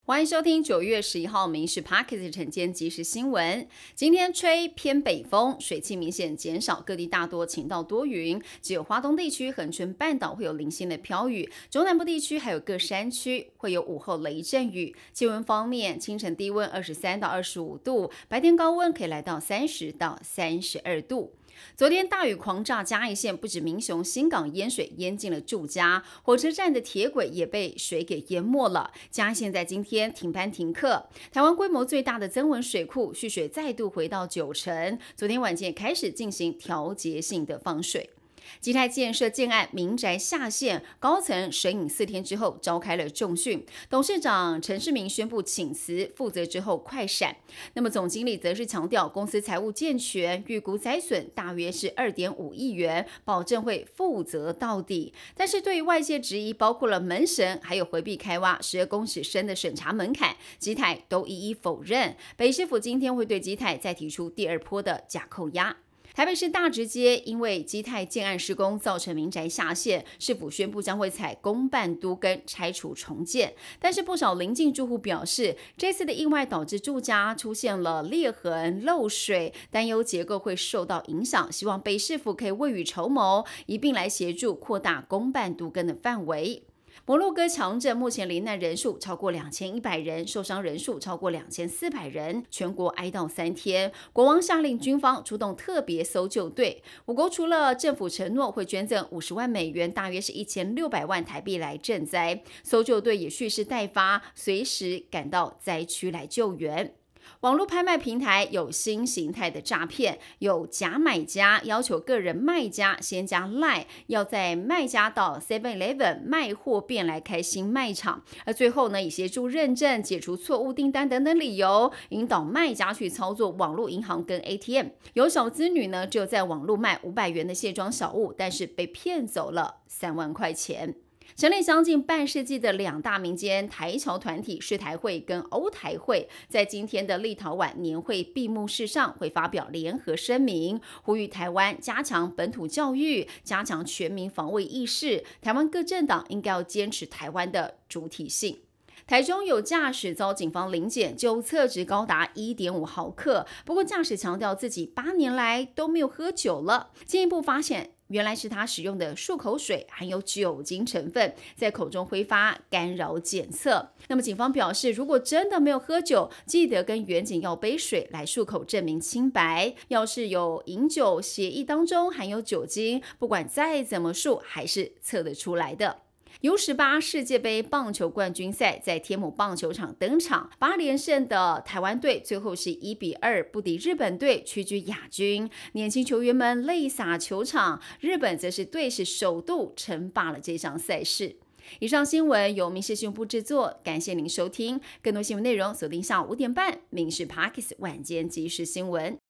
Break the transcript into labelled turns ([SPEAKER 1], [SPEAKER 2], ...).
[SPEAKER 1] 欢迎收听9月11号民事 Podcast 晨间即时新闻。今天吹偏北风，水汽明显减少，各地大多晴到多云，只有花东地区、恒春半岛会有零星的飘雨，中南部地区还有各山区会有午后雷阵雨。气温方面，清晨低温23到25度，白天高温可以来到30到32度。昨天大雨狂炸嘉义县，不止民雄、新港淹水淹进了住家，火车站的铁轨也被水给淹没了。嘉义县在今天停班停课。台湾规模最大的曾文水库蓄水再度回到90%，昨天晚间也开始进行调节性的放水。基泰建设建案民宅下线，高层审影4天之后召开了重讯，董事长陈世明宣布请辞，负责之后快闪。那么总经理则是强调公司财务健全，预估灾损大约是2.5亿元，保证会负责到底。但是对于外界质疑，包括了门神还有回避开挖12公尺深的审查门槛，基泰都一一否认。北市府今天会对基泰再提出第二波的假扣押。台北市大直街因为基泰建案施工造成民宅下陷，市府宣布将会采公办都更拆除重建。但是不少邻近住户表示，这次的意外导致住家出现了裂痕、漏水，担忧结构会受到影响，希望北市府可以未雨绸缪，一并来协助扩大公办都更的范围。摩洛哥强震目前罹难人数超过2100人，受伤人数超过2400人，全国哀悼3天。国王下令军方出动特别搜救队。我国除了政府承诺会捐赠50万美元，大约是1600万台币来赈灾，搜救队也蓄势待发，随时赶到灾区来救援。网络拍卖平台有新形态的诈骗，有假买家要求个人卖家先加 LINE， 要在卖家到 7-Eleven 卖货便来开新卖场，而最后呢，以协助认证、解除错误订单等等理由，引导卖家去操作网络银行跟 ATM。有小资女呢，只有在网络卖500元的卸妆小物，但是被骗走了3万块钱。成立将近半世纪的2大民间台侨团体世台会跟欧台会，在今天的立陶宛年会闭幕式上会发表联合声明，呼吁台湾加强本土教育，加强全民防卫意识。台湾各政党应该要坚持台湾的主体性。台中有驾驶遭警方临检，酒测值高达1.5毫克，不过驾驶强调自己8年来都没有喝酒了。进一步发现，原来是他使用的漱口水含有酒精成分，在口中挥发，干扰检测。那么警方表示，如果真的没有喝酒，记得跟员警要杯水来漱口证明清白。要是有饮酒，血液当中含有酒精，不管再怎么漱，还是测得出来的。U18 世界杯棒球冠军赛在天母棒球场登场，8连胜的台湾队最后是1-2不敌日本队，屈居亚军。年轻球员们泪洒球场，日本则是队史首度称霸了这场赛事。以上新闻由民事新闻部制作，感谢您收听。更多新闻内容锁定下午5点半，民事 Podcast 晚间即时新闻。